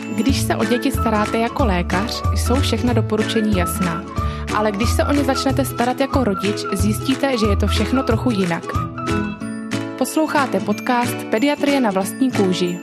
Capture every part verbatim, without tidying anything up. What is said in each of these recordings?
Když se o děti staráte jako lékař, jsou všechna doporučení jasná. Ale když se o ně začnete starat jako rodič, zjistíte, že je to všechno trochu jinak. Posloucháte podcast Pediatrie na vlastní kůži.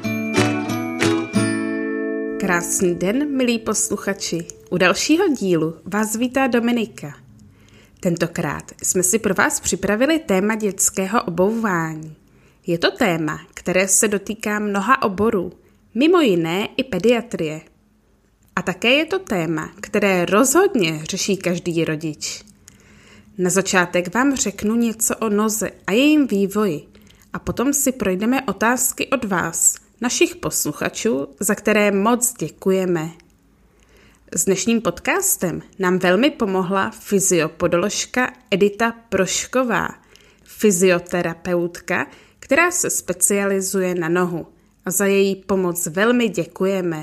Krásný den, milí posluchači. U dalšího dílu vás vítá Dominika. Tentokrát jsme si pro vás připravili téma dětského obouvání. Je to téma, které se dotýká mnoha oborů, mimo jiné i pediatrie. A také je to téma, které rozhodně řeší každý rodič. Na začátek vám řeknu něco o noze a jejím vývoji a potom si projdeme otázky od vás, našich posluchačů, za které moc děkujeme. S dnešním podcastem nám velmi pomohla fyziopodoložka Edita Prošková, fyzioterapeutka, která se specializuje na nohu, a za její pomoc velmi děkujeme.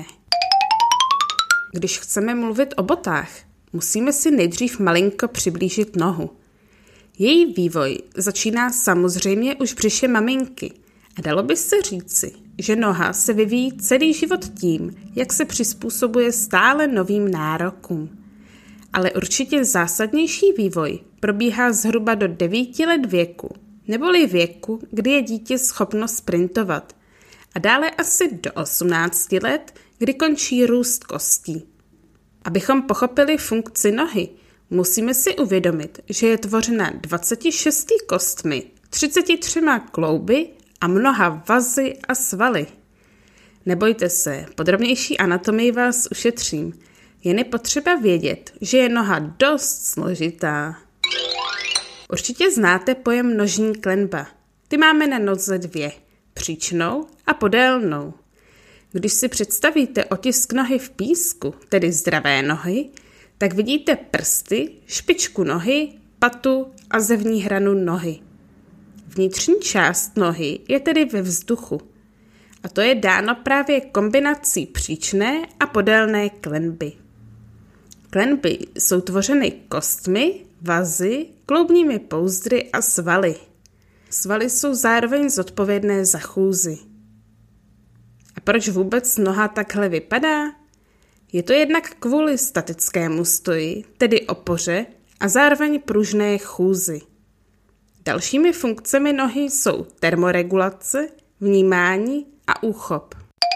Když chceme mluvit o botách, musíme si nejdřív malinko přiblížit nohu. Její vývoj začíná samozřejmě už v břiše maminky a dalo by se říci, že noha se vyvíjí celý život tím, jak se přizpůsobuje stále novým nárokům. Ale určitě zásadnější vývoj probíhá zhruba do devíti let věku, neboli věku, kdy je dítě schopno sprintovat, a dále asi do osmnácti let, kdy končí růst kostí. Abychom pochopili funkci nohy, musíme si uvědomit, že je tvořena dvaceti šesti kostmi, třiceti třemi klouby a mnoha vazy a svaly. Nebojte se, podrobnější anatomii vás ušetřím. Jen je potřeba vědět, že je noha dost složitá. Určitě znáte pojem nožní klenba. Ty máme na noze dvě, příčnou a podélnou. Když si představíte otisk nohy v písku, tedy zdravé nohy, tak vidíte prsty, špičku nohy, patu a zevní hranu nohy. Vnitřní část nohy je tedy ve vzduchu. A to je dáno právě kombinací příčné a podélné klenby. Klenby jsou tvořeny kostmi, vazy, kloubními pouzdry a svaly. Svaly jsou zároveň zodpovědné za chůzi. A proč vůbec noha takhle vypadá? Je to jednak kvůli statickému stoji, tedy opoře, a zároveň pružné chůzi. Dalšími funkcemi nohy jsou termoregulace, vnímání a úchop.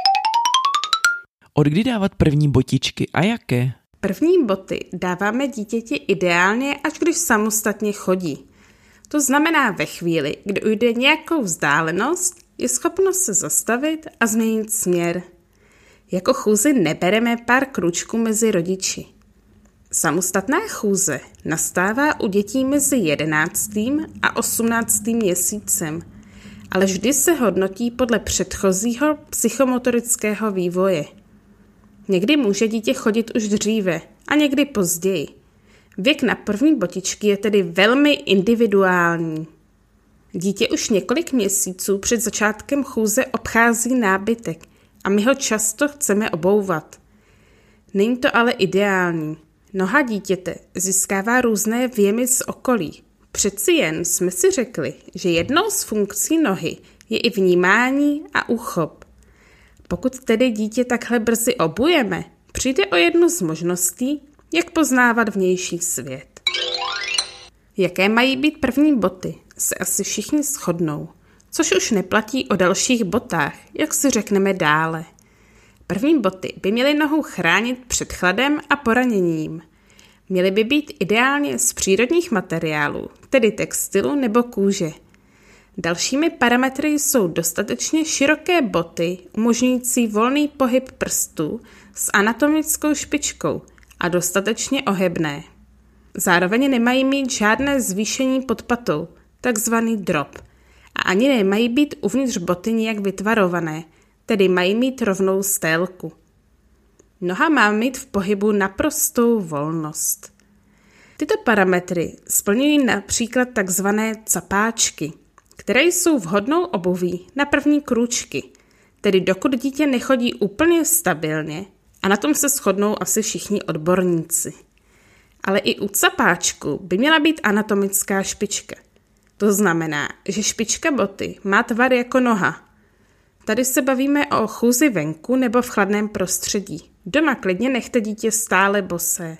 Od kdy dávat první botičky a jaké? První boty dáváme dítěti ideálně, až když samostatně chodí. To znamená ve chvíli, kdy ujde nějakou vzdálenost, je schopno se zastavit a změnit směr. Jako chůzi nebereme pár krůčků mezi rodiči. Samostatná chůze nastává u dětí mezi jedenáctým a osmnáctým měsícem, ale vždy se hodnotí podle předchozího psychomotorického vývoje. Někdy může dítě chodit už dříve a někdy později. Věk na první botičky je tedy velmi individuální. Dítě už několik měsíců před začátkem chůze obchází nábytek a my ho často chceme obouvat. Není to ale ideální. Noha dítěte získává různé vjemy z okolí. Přeci jen jsme si řekli, že jednou z funkcí nohy je i vnímání a úchop. Pokud tedy dítě takhle brzy obujeme, přijde o jednu z možností, jak poznávat vnější svět. Jaké mají být první boty, se asi všichni shodnou, což už neplatí o dalších botách, jak si řekneme dále. První boty by měly nohu chránit před chladem a poraněním. Měly by být ideálně z přírodních materiálů, tedy textilu nebo kůže. Dalšími parametry jsou dostatečně široké boty, umožňující volný pohyb prstů s anatomickou špičkou a dostatečně ohebné. Zároveň nemají mít žádné zvýšení pod patou, takzvaný drop, a ani nemají být uvnitř boty nijak vytvarované, tedy mají mít rovnou stélku. Noha má mít v pohybu naprostou volnost. Tyto parametry splňují například takzvané capáčky, které jsou vhodnou obuví na první krůčky, tedy dokud dítě nechodí úplně stabilně, a na tom se shodnou asi všichni odborníci. Ale i u capáčku by měla být anatomická špička. To znamená, že špička boty má tvar jako noha. Tady se bavíme o chůzi venku nebo v chladném prostředí. Doma klidně nechte dítě stále bosé.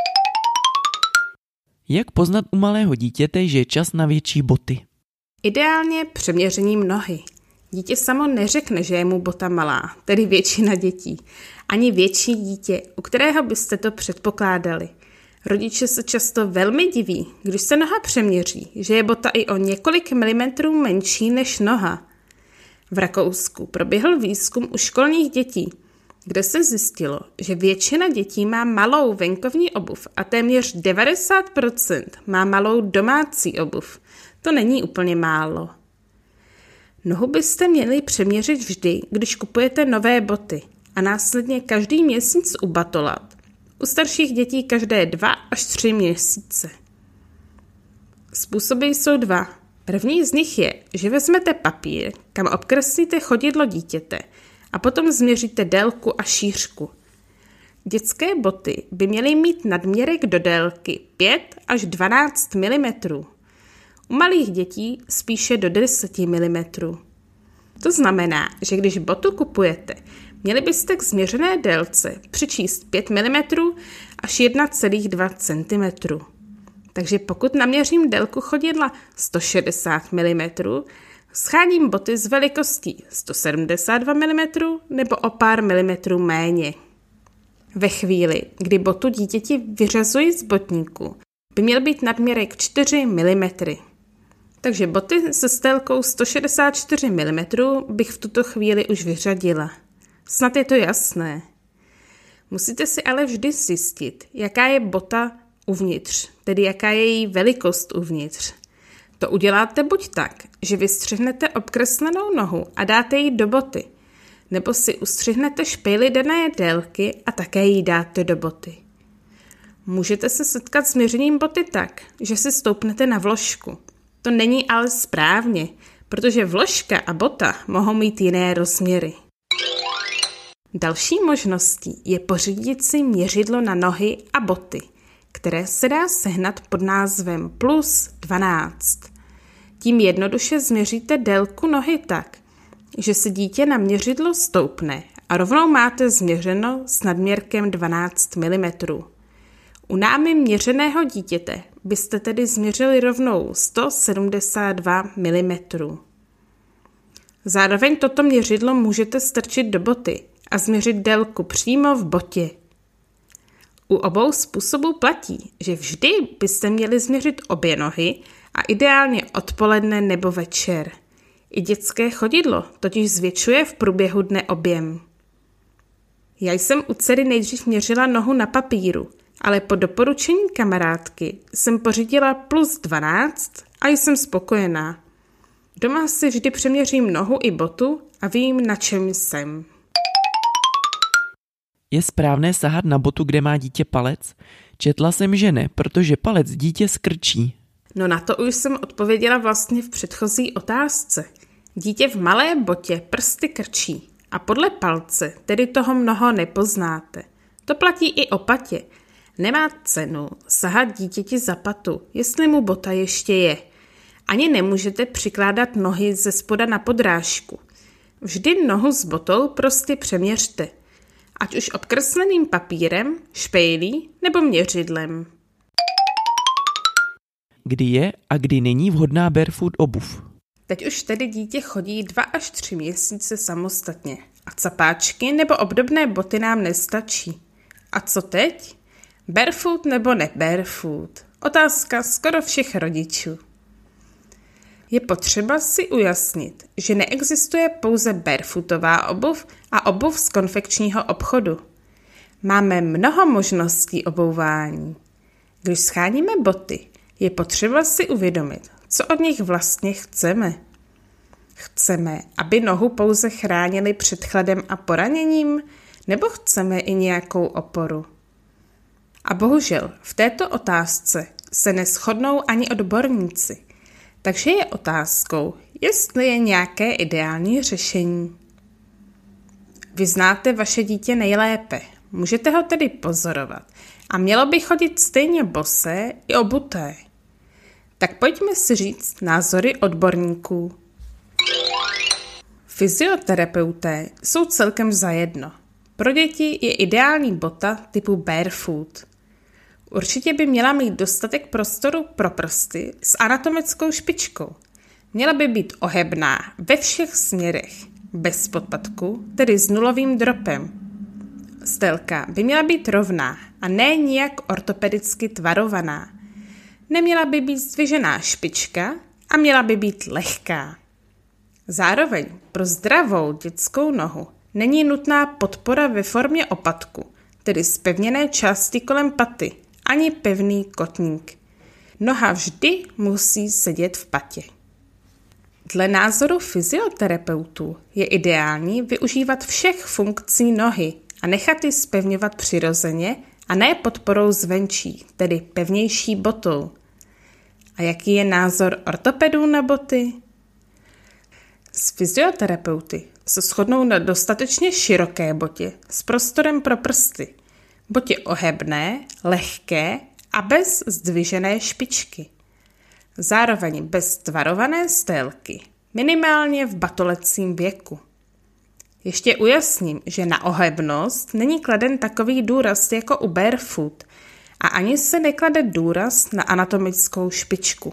Jak poznat u malého dítěte, že je čas na větší boty? Ideálně přeměřením nohy. Dítě samo neřekne, že je mu bota malá, tedy většina dětí. Ani větší dítě, u kterého byste to předpokládali. Rodiče se často velmi diví, když se noha přeměří, že je bota i o několik milimetrů menší než noha. V Rakousku proběhl výzkum u školních dětí, kde se zjistilo, že většina dětí má malou venkovní obuv a téměř devadesát procent má malou domácí obuv. To není úplně málo. Nohu byste měli přeměřit vždy, když kupujete nové boty a následně každý měsíc ubatolat. U starších dětí každé dva až tři měsíce. Způsoby jsou dva. První z nich je, že vezmete papír, kam obkreslíte chodidlo dítěte a potom změříte délku a šířku. Dětské boty by měly mít nadměrek do délky pět až dvanáct milimetrů. U malých dětí spíše do deset milimetrů. To znamená, že když botu kupujete, měli byste k změřené délce přičíst pět milimetrů až jedna celá dva centimetru. Takže pokud naměřím délku chodidla sto šedesát milimetrů, scháním boty s velikostí sto sedmdesát dva milimetrů nebo o pár milimetrů méně. Ve chvíli, kdy botu dítěti vyřazuji z botníku, by měl být nadměrek čtyři milimetry. Takže boty se délkou sto šedesát čtyři milimetrů bych v tuto chvíli už vyřadila. Snad je to jasné. Musíte si ale vždy zjistit, jaká je bota uvnitř, tedy jaká je její velikost uvnitř. To uděláte buď tak, že vystřihnete obkreslenou nohu a dáte ji do boty, nebo si ustřihnete špejli dané délky a také ji dáte do boty. Můžete se setkat s měřením boty tak, že si stoupnete na vložku. To není ale správně, protože vložka a bota mohou mít jiné rozměry. Další možností je pořídit si měřidlo na nohy a boty, které se dá sehnat pod názvem plus dvanáct. Tím jednoduše změříte délku nohy tak, že si dítě na měřidlo stoupne a rovnou máte změřeno s nadměrkem dvanáct milimetrů. U námi měřeného dítěte byste tedy změřili rovnou sto sedmdesát dva milimetrů. Zároveň toto měřidlo můžete strčit do boty a změřit délku přímo v botě. U obou způsobů platí, že vždy byste měli změřit obě nohy a ideálně odpoledne nebo večer. I dětské chodidlo totiž zvětšuje v průběhu dne objem. Já jsem u dcery nejdřív měřila nohu na papíru, ale po doporučení kamarádky jsem pořídila plus dvanáct a jsem spokojená. Doma si vždy přeměřím nohu i botu a vím, na čem jsem. Je správné sahat na botu, kde má dítě palec? Četla jsem, že ne, protože palec dítě skrčí. No na to už jsem odpověděla vlastně v předchozí otázce. Dítě v malé botě prsty krčí a podle palce tedy toho mnoho nepoznáte. To platí i o patě. Nemá cenu sahat dítěti za patu, jestli mu bota ještě je. Ani nemůžete přikládat nohy ze spoda na podrážku. Vždy nohu s botou prostě přeměřte. Ať už obkresleným papírem, špejlí nebo měřidlem. Kdy je a kdy není vhodná barefoot obuv? Teď už tedy dítě chodí dva až tři měsíce samostatně a capáčky nebo obdobné boty nám nestačí. A co teď? Barefoot nebo ne barefoot? Otázka skoro všech rodičů. Je potřeba si ujasnit, že neexistuje pouze barefootová obuv a obuv z konfekčního obchodu. Máme mnoho možností obouvání. Když scháníme boty, je potřeba si uvědomit, co od nich vlastně chceme. Chceme, aby nohu pouze chránili před chladem a poraněním, nebo chceme i nějakou oporu? A bohužel v této otázce se neshodnou ani odborníci, takže je otázkou, jestli je nějaké ideální řešení. Vy znáte vaše dítě nejlépe, můžete ho tedy pozorovat a mělo by chodit stejně bosé i obuté. Tak pojďme si říct názory odborníků. Fyzioterapeuté jsou celkem zajedno. Pro děti je ideální bota typu barefoot. Určitě by měla mít dostatek prostoru pro prsty s anatomickou špičkou. Měla by být ohebná ve všech směrech, bez podpatku, tedy s nulovým dropem. Stélka by měla být rovná a ne nijak ortopedicky tvarovaná. Neměla by být zdvižená špička a měla by být lehká. Zároveň pro zdravou dětskou nohu není nutná podpora ve formě opatku, tedy zpevněné části kolem paty, ani pevný kotník. Noha vždy musí sedět v patě. Dle názoru fyzioterapeutů je ideální využívat všech funkcí nohy a nechat ji zpevňovat přirozeně a ne podporou zvenčí, tedy pevnější botou. A jaký je názor ortopedů na boty? S fyzioterapeuty se shodnou na dostatečně široké botě s prostorem pro prsty, botě ohebné, lehké a bez zdvižené špičky. Zároveň bez tvarované stélky, minimálně v batolecím věku. Ještě ujasním, že na ohebnost není kladen takový důraz jako u barefoot a ani se neklade důraz na anatomickou špičku.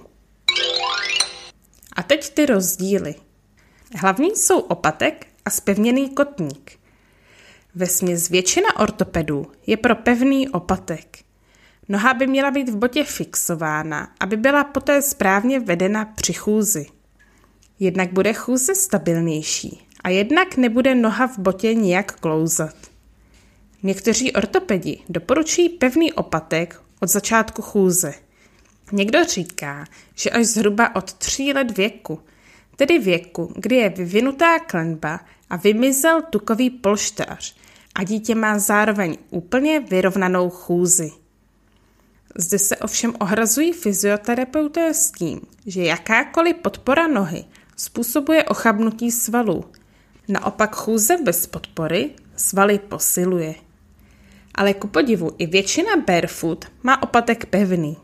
A teď ty rozdíly. Hlavní jsou opatek a zpevněný kotník. Vesměs většina ortopedů je pro pevný opatek. Noha by měla být v botě fixována, aby byla poté správně vedena při chůzi. Jednak bude chůze stabilnější a jednak nebude noha v botě nijak klouzat. Někteří ortopedi doporučují pevný opatek od začátku chůze. Někdo říká, že až zhruba od tří let věku, tedy věku, kdy je vyvinutá klenba a vymizel tukový polštář a dítě má zároveň úplně vyrovnanou chůzi. Zde se ovšem ohrazují fyzioterapeuté s tím, že jakákoliv podpora nohy způsobuje ochabnutí svalů. Naopak chůze bez podpory svaly posiluje. Ale ku podivu i většina barefoot má opatek pevný.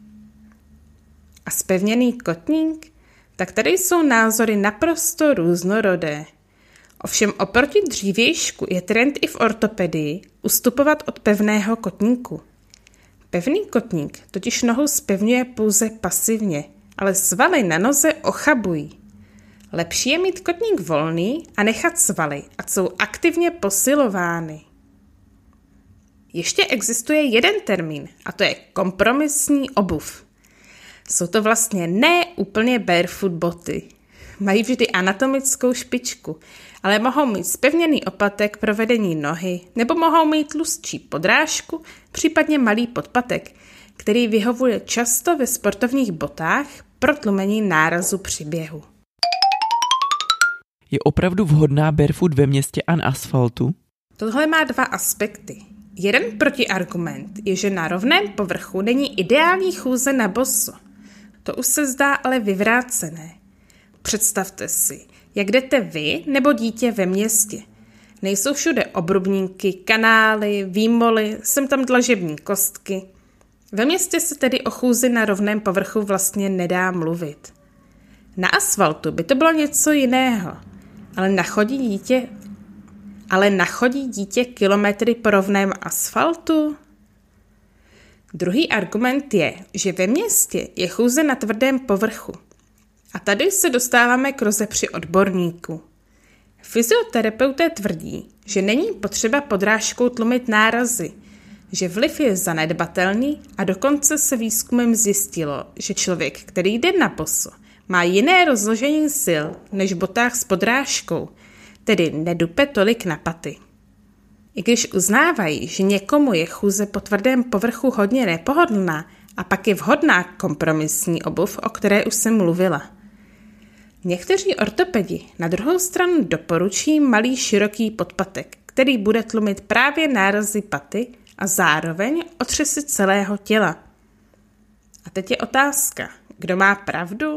A zpevněný kotník? Tak tady jsou názory naprosto různorodé. Ovšem oproti dřívějšku je trend i v ortopedii ustupovat od pevného kotníku. Pevný kotník totiž nohu zpevňuje pouze pasivně, ale svaly na noze ochabují. Lepší je mít kotník volný a nechat svaly, ať jsou aktivně posilovány. Ještě existuje jeden termín, a to je kompromisní obuv. Jsou to vlastně ne úplně barefoot boty. Mají vždy anatomickou špičku, ale mohou mít zpevněný opatek pro vedení nohy nebo mohou mít tlustší podrážku, případně malý podpatek, který vyhovuje často ve sportovních botách pro tlumení nárazu při běhu. Je opravdu vhodná barefoot ve městě a na asfaltu? Tohle má dva aspekty. Jeden protiargument je, že na rovném povrchu není ideální chůze na boso. To už se zdá ale vyvrácené. Představte si, jak jdete vy nebo dítě ve městě. Nejsou všude obrubníky, kanály, výmoly, sem tam dlažební kostky. Ve městě se tedy o chůzi na rovném povrchu vlastně nedá mluvit. Na asfaltu by to bylo něco jiného, ale nachodí dítě, ale nachodí dítě kilometry po rovném asfaltu? Druhý argument je, že ve městě je chůze na tvrdém povrchu. A tady se dostáváme k rozepři odborníků. Fyzioterapeuté tvrdí, že není potřeba podrážkou tlumit nárazy, že vliv je zanedbatelný a dokonce se výzkumem zjistilo, že člověk, který jde na boso, má jiné rozložení sil než v botách s podrážkou, tedy nedupe tolik na paty. I když uznávají, že někomu je chůze po tvrdém povrchu hodně nepohodlná a pak je vhodná kompromisní obuv, o které už jsem mluvila. Někteří ortopedi na druhou stranu doporučí malý široký podpatek, který bude tlumit právě nárazy paty a zároveň otřesy celého těla. A teď je otázka, kdo má pravdu?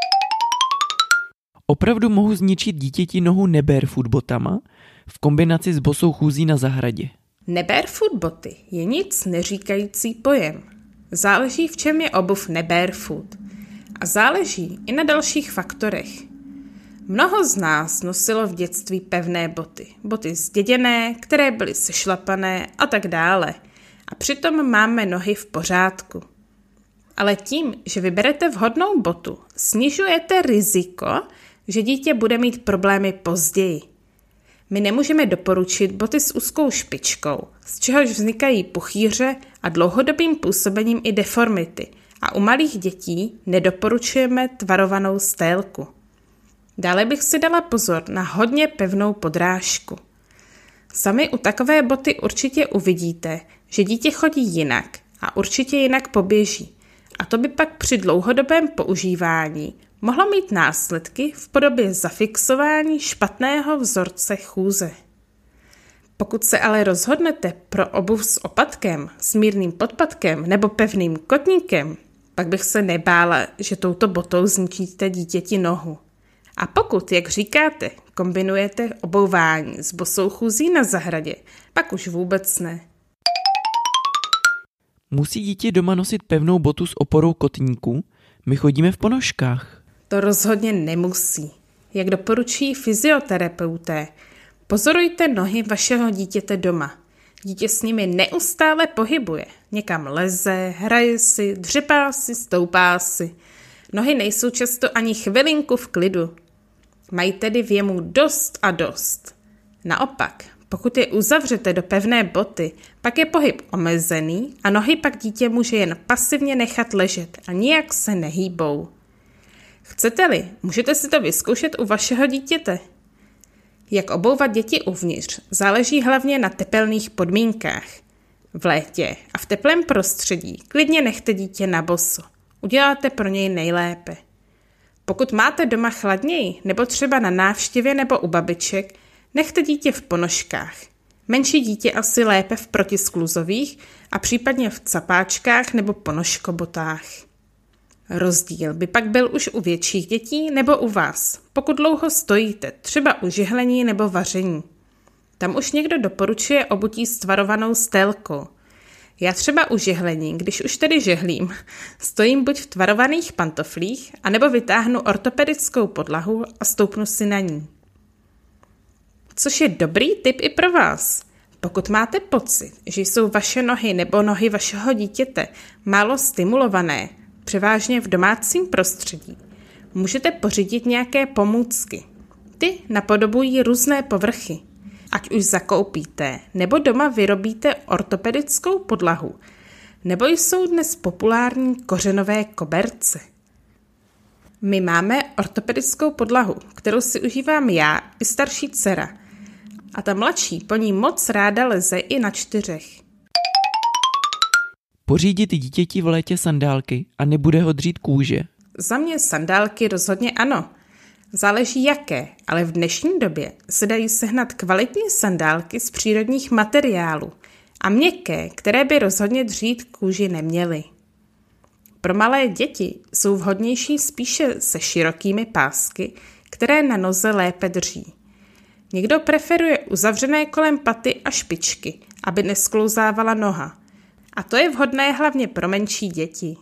Opravdu mohu zničit dítěti nohu nebarefoot botama v kombinaci s bosou chůzí na zahradě? Nebarefoot boty je nic neříkající pojem. Záleží, v čem je obuv nebarefoot. A záleží i na dalších faktorech. Mnoho z nás nosilo v dětství pevné boty. Boty zděděné, které byly sešlapané a tak dále. A přitom máme nohy v pořádku. Ale tím, že vyberete vhodnou botu, snižujete riziko, že dítě bude mít problémy později. My nemůžeme doporučit boty s úzkou špičkou, z čehož vznikají puchýře a dlouhodobým působením i deformity. A u malých dětí nedoporučujeme tvarovanou stélku. Dále bych si dala pozor na hodně pevnou podrážku. Sami u takové boty určitě uvidíte, že dítě chodí jinak a určitě jinak poběží. A to by pak při dlouhodobém používání mohlo mít následky v podobě zafixování špatného vzorce chůze. Pokud se ale rozhodnete pro obuv s opatkem, s mírným podpatkem nebo pevným kotníkem, pak bych se nebála, že touto botou zničíte dítěti nohu. A pokud, jak říkáte, kombinujete obouvání s bosou chůzí na zahradě, pak už vůbec ne. Musí dítě doma nosit pevnou botu s oporou kotníku? My chodíme v ponožkách. To rozhodně nemusí. Jak doporučují fyzioterapeuté, pozorujte nohy vašeho dítěte doma. Dítě s nimi neustále pohybuje. Někam leze, hraje si, dřepá si, stoupá si. Nohy nejsou často ani chvilinku v klidu. Mají tedy věmu dost a dost. Naopak, pokud je uzavřete do pevné boty, pak je pohyb omezený a nohy pak dítě může jen pasivně nechat ležet a nijak se nehýbou. Chcete-li, můžete si to vyzkoušet u vašeho dítěte. Jak obouvat děti uvnitř, záleží hlavně na tepelných podmínkách. V létě a v teplém prostředí klidně nechte dítě na boso. Uděláte pro něj nejlépe. Pokud máte doma chladněji nebo třeba na návštěvě nebo u babiček, nechte dítě v ponožkách. Menší dítě asi lépe v protiskluzových a případně v capáčkách nebo ponožkobotách. Rozdíl by pak byl už u větších dětí nebo u vás, pokud dlouho stojíte, třeba u žehlení nebo vaření. Tam už někdo doporučuje obutí s tvarovanou stélkou. Já třeba u žehlení, když už tedy žehlím, stojím buď v tvarovaných pantoflích, anebo vytáhnu ortopedickou podlahu a stoupnu si na ní. Což je dobrý tip i pro vás. Pokud máte pocit, že jsou vaše nohy nebo nohy vašeho dítěte málo stimulované, převážně v domácím prostředí, můžete pořídit nějaké pomůcky. Ty napodobují různé povrchy. Ať už zakoupíte, nebo doma vyrobíte ortopedickou podlahu, nebo jsou dnes populární kořenové koberce. My máme ortopedickou podlahu, kterou si užívám já i starší dcera. A ta mladší po ní moc ráda leze i na čtyřech. Pořídit dítěti v létě sandálky a nebude ho dřít kůže. Za mě sandálky rozhodně ano. Záleží jaké, ale v dnešní době se dají sehnat kvalitní sandálky z přírodních materiálů a měkké, které by rozhodně dřít kůži neměly. Pro malé děti jsou vhodnější spíše se širokými pásky, které na noze lépe drží. Někdo preferuje uzavřené kolem paty a špičky, aby nesklouzávala noha. A to je vhodné hlavně pro menší děti.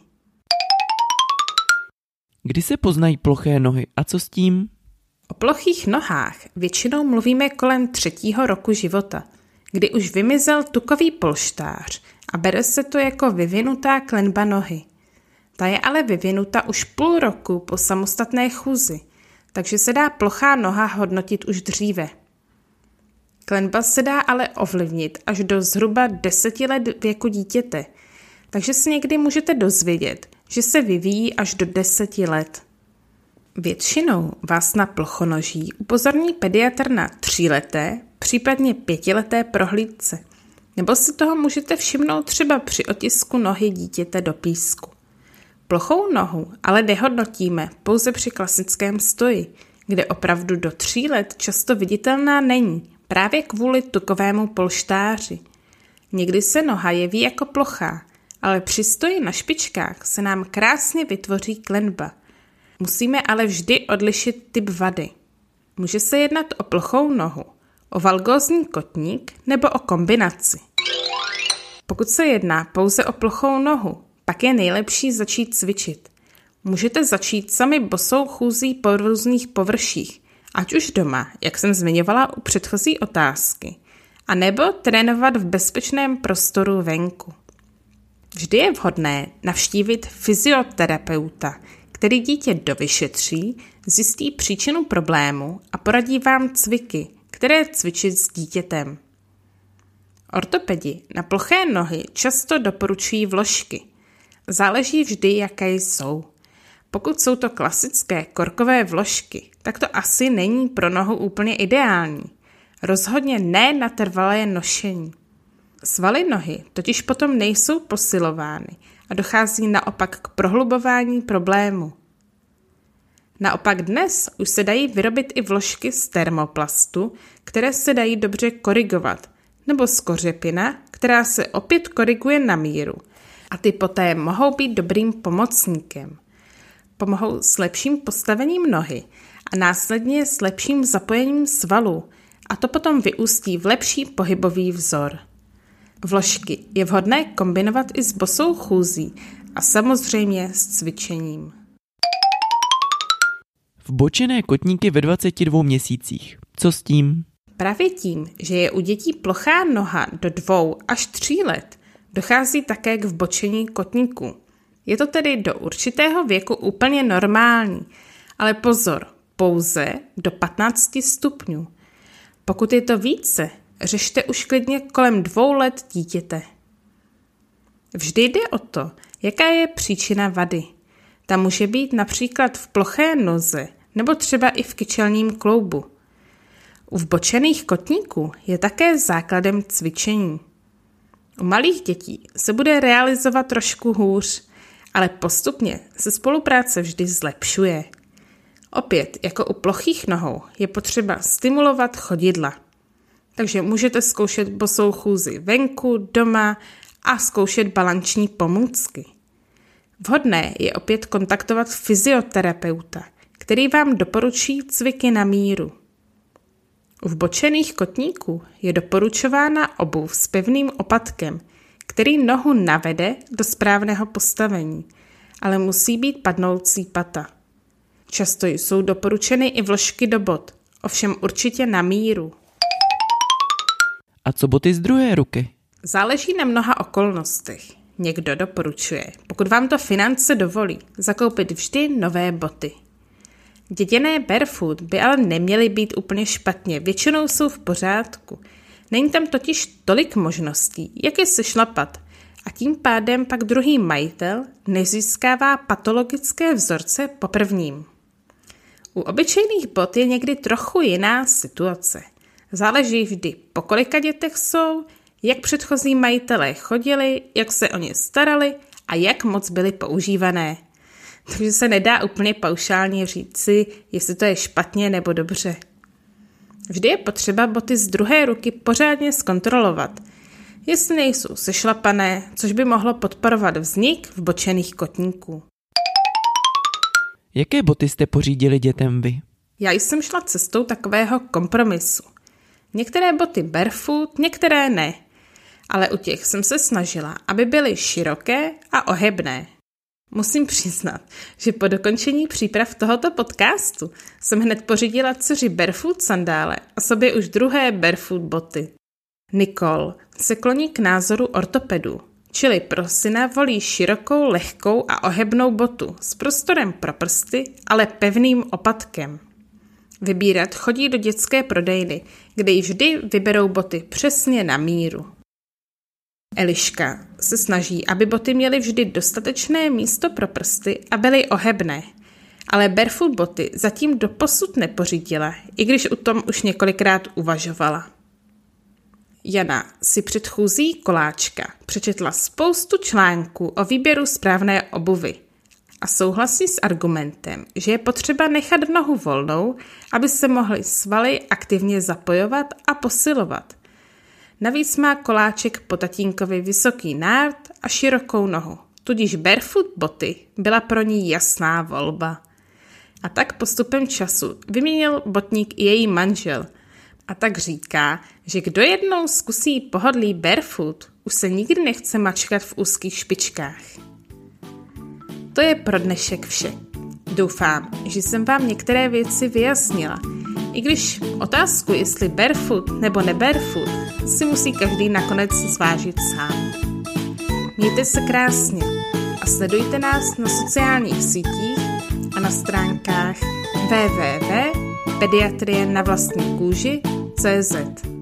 Kdy se poznají ploché nohy a co s tím? O plochých nohách většinou mluvíme kolem třetího roku života, kdy už vymizel tukový polštář a bere se to jako vyvinutá klenba nohy. Ta je ale vyvinuta už půl roku po samostatné chůzi, takže se dá plochá noha hodnotit už dříve. Klenba se dá ale ovlivnit až do zhruba deseti let věku dítěte, takže si někdy můžete dozvědět, že se vyvíjí až do deseti let. Většinou vás na plochonoží upozorní pediatr na tříleté, případně pětileté prohlídce, nebo si toho můžete všimnout třeba při otisku nohy dítěte do písku. Plochou nohu ale nehodnotíme pouze při klasickém stoji, kde opravdu do tří let často viditelná není, právě kvůli tukovému polštáři. Někdy se noha jeví jako plochá, ale při stoji na špičkách se nám krásně vytvoří klenba. Musíme ale vždy odlišit typ vady. Může se jednat o plochou nohu, o valgózní kotník nebo o kombinaci. Pokud se jedná pouze o plochou nohu, pak je nejlepší začít cvičit. Můžete začít sami bosou chůzí po různých površích Ať už doma, jak jsem zmiňovala u předchozí otázky, a nebo trénovat v bezpečném prostoru venku. Vždy je vhodné navštívit fyzioterapeuta, který dítě dovyšetří, zjistí příčinu problému a poradí vám cviky, které cvičit s dítětem. Ortopedi na ploché nohy často doporučují vložky. Záleží vždy, jaké jsou. Pokud jsou to klasické korkové vložky, tak to asi není pro nohu úplně ideální. Rozhodně ne na trvalé nošení. Svaly nohy totiž potom nejsou posilovány a dochází naopak k prohlubování problému. Naopak dnes už se dají vyrobit i vložky z termoplastu, které se dají dobře korigovat, nebo z kořepina, která se opět koriguje na míru. A ty poté mohou být dobrým pomocníkem. Pomohou s lepším postavením nohy a následně s lepším zapojením svalů, a to potom vyústí v lepší pohybový vzor. Vložky je vhodné kombinovat i s bosou chůzí a samozřejmě s cvičením. Vbočené kotníky ve dvaceti dvou měsících. Co s tím? Právě tím, že je u dětí plochá noha do dvou až tří let, dochází také k vbočení kotníků. Je to tedy do určitého věku úplně normální, ale pozor, pouze do patnácti stupňů. Pokud je to více, řešte už klidně kolem dvou let dítěte. Vždy jde o to, jaká je příčina vady. Ta může být například v ploché noze nebo třeba i v kyčelním kloubu. U vbočených kotníků je také základem cvičení. U malých dětí se bude realizovat trošku hůř, ale postupně se spolupráce vždy zlepšuje. Opět, jako u plochých nohou, je potřeba stimulovat chodidla. Takže můžete zkoušet bosou chůzi venku, doma a zkoušet balanční pomůcky. Vhodné je opět kontaktovat fyzioterapeuta, který vám doporučí cviky na míru. U vbočených kotníků je doporučována obuv s pevným opatkem, který nohu navede do správného postavení, ale musí být padnoucí pata. Často jsou doporučeny i vložky do bot, ovšem určitě na míru. A co boty z druhé ruky? Záleží na mnoha okolnostech. Někdo doporučuje, pokud vám to finance dovolí, zakoupit vždy nové boty. Děděné barefoot by ale neměly být úplně špatně, většinou jsou v pořádku. Není tam totiž tolik možností, jak je sešlapat, a tím pádem pak druhý majitel nezískává patologické vzorce po prvním. U obyčejných bot je někdy trochu jiná situace. Záleží vždy, po kolika dětech jsou, jak předchozí majitelé chodili, jak se o ně starali a jak moc byly používané. Takže se nedá úplně paušálně říci, jestli to je špatně nebo dobře. Vždy je potřeba boty z druhé ruky pořádně zkontrolovat, jestli nejsou sešlapané, což by mohlo podporovat vznik vbočených kotníků. Jaké boty jste pořídili dětem vy? Já jsem šla cestou takového kompromisu. Některé boty barefoot, některé ne, ale u těch jsem se snažila, aby byly široké a ohebné. Musím přiznat, že po dokončení příprav tohoto podcastu jsem hned pořídila dceři barefoot sandále a sobě už druhé barefoot boty. Nicole se kloní k názoru ortopedů, čili pro syna volí širokou, lehkou a ohebnou botu s prostorem pro prsty, ale pevným opatkem. Vybírat chodí do dětské prodejny, kde jí vždy vyberou boty přesně na míru. Eliška se snaží, aby boty měly vždy dostatečné místo pro prsty a byly ohebné, ale barefoot boty zatím doposud nepořídila, i když o tom už několikrát uvažovala. Jana si před chůzí koláčka přečetla spoustu článků o výběru správné obuvy a souhlasí s argumentem, že je potřeba nechat nohu volnou, aby se mohly svaly aktivně zapojovat a posilovat. Navíc má koláček po tatínkovi vysoký nárt a širokou nohu, tudíž barefoot boty byla pro ní jasná volba. A tak postupem času vyměnil botník i její manžel. A tak říká, že kdo jednou zkusí pohodlí barefoot, už se nikdy nechce mačkat v úzkých špičkách. To je pro dnešek vše. Doufám, že jsem vám některé věci vyjasnila. I když otázku, jestli barefoot nebo nebarefoot, si musí každý nakonec zvážit sám. Mějte se krásně a sledujte nás na sociálních sítích a na stránkách w w w tečka pediatrie na vlastní kůži tečka cé zet.